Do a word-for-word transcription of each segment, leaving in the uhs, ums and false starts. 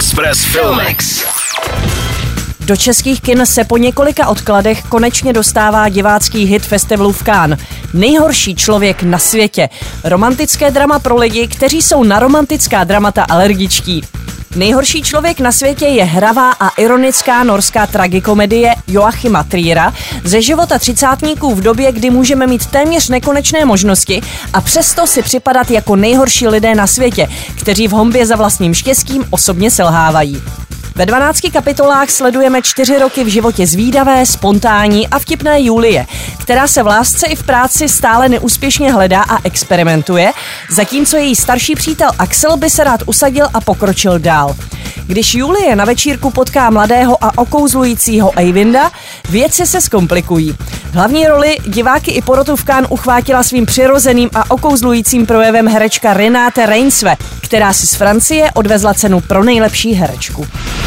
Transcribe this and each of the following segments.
Express Filmex. Do českých kin se po několika odkladech konečně dostává divácký hit festivalu v Cannes. Nejhorší člověk na světě. Romantické drama pro lidi, kteří jsou na romantická dramata alergičtí. Nejhorší člověk na světě je hravá a ironická norská tragikomedie Joachima Triera ze života třicátníků v době, kdy můžeme mít téměř nekonečné možnosti a přesto si připadat jako nejhorší lidé na světě, kteří v honbě za vlastním štěstím osobně selhávají. Ve dvanácti kapitolách sledujeme čtyři roky v životě zvídavé, spontánní a vtipné Julie, která se v lásce i v práci stále neúspěšně hledá a experimentuje, zatímco její starší přítel Axel by se rád usadil a pokročil dál. Když Julie na večírku potká mladého a okouzlujícího Eyvinda, věci se zkomplikují. Hlavní roli diváky i porotu v Cannes uchvátila svým přirozeným a okouzlujícím projevem herečka Renate Reinsve, která si z Francie odvezla cenu pro nejlepší herečku.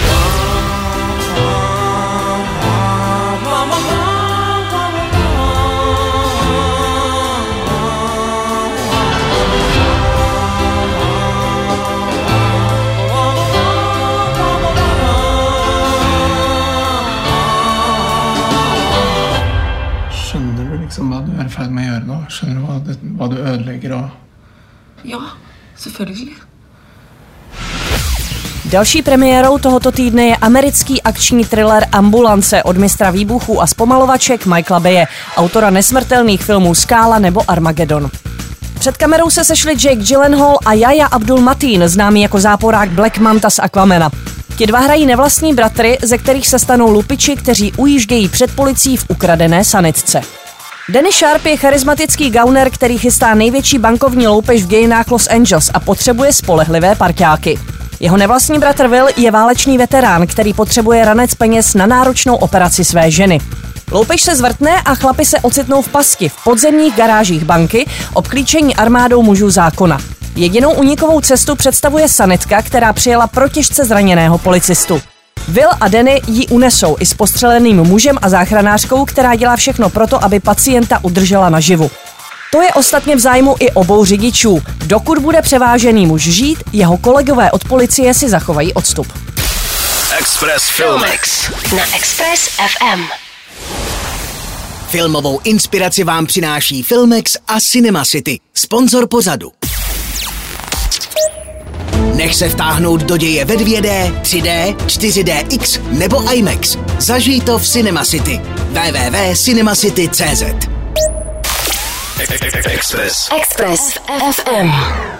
Hva du er i ferd med å gjøre nå? Skjønner du hva, det, hva du ødelegger og... Ja, selvfølgelig. Další premiérou tohoto týdne je americký akční thriller Ambulance od mistra výbuchů a zpomalovaček Michaela Baye, autora nesmrtelných filmů Skála nebo Armageddon. Před kamerou se sešli Jake Gyllenhaal a Yahya Abdul-Mateen, známý jako záporák Black Manta z Aquamana. Ti dva hrají nevlastní bratry, ze kterých se stanou lupiči, kteří ujíždějí před policií v ukradené sanitce. Danny Sharp je charismatický gauner, který chystá největší bankovní loupež v dějinách Los Angeles a potřebuje spolehlivé parťáky. Jeho nevlastní bratr Will je válečný veterán, který potřebuje ranec peněz na náročnou operaci své ženy. Loupež se zvrtne a chlapi se ocitnou v pasti v podzemních garážích banky, obklíčení armádou mužů zákona. Jedinou únikovou cestu představuje sanitka, která přijela pro těžce zraněného policistu. Will a Danny ji unesou i s postřeleným mužem a záchranářkou, která dělá všechno proto, aby pacienta udržela naživu. To je ostatně v zájmu i obou řidičů. Dokud bude převážený muž žít, jeho kolegové od policie si zachovají odstup. Express Filmex na Express F M. Filmovou inspiraci vám přináší Filmex a Cinema City, sponzor pořadu. Nech se vtáhnout do děje ve dvě dé, tři dé, čtyři dé X nebo IMAX. Zažij to v Cinema City. w w w tečka cinemacity tečka cz Express Express F M.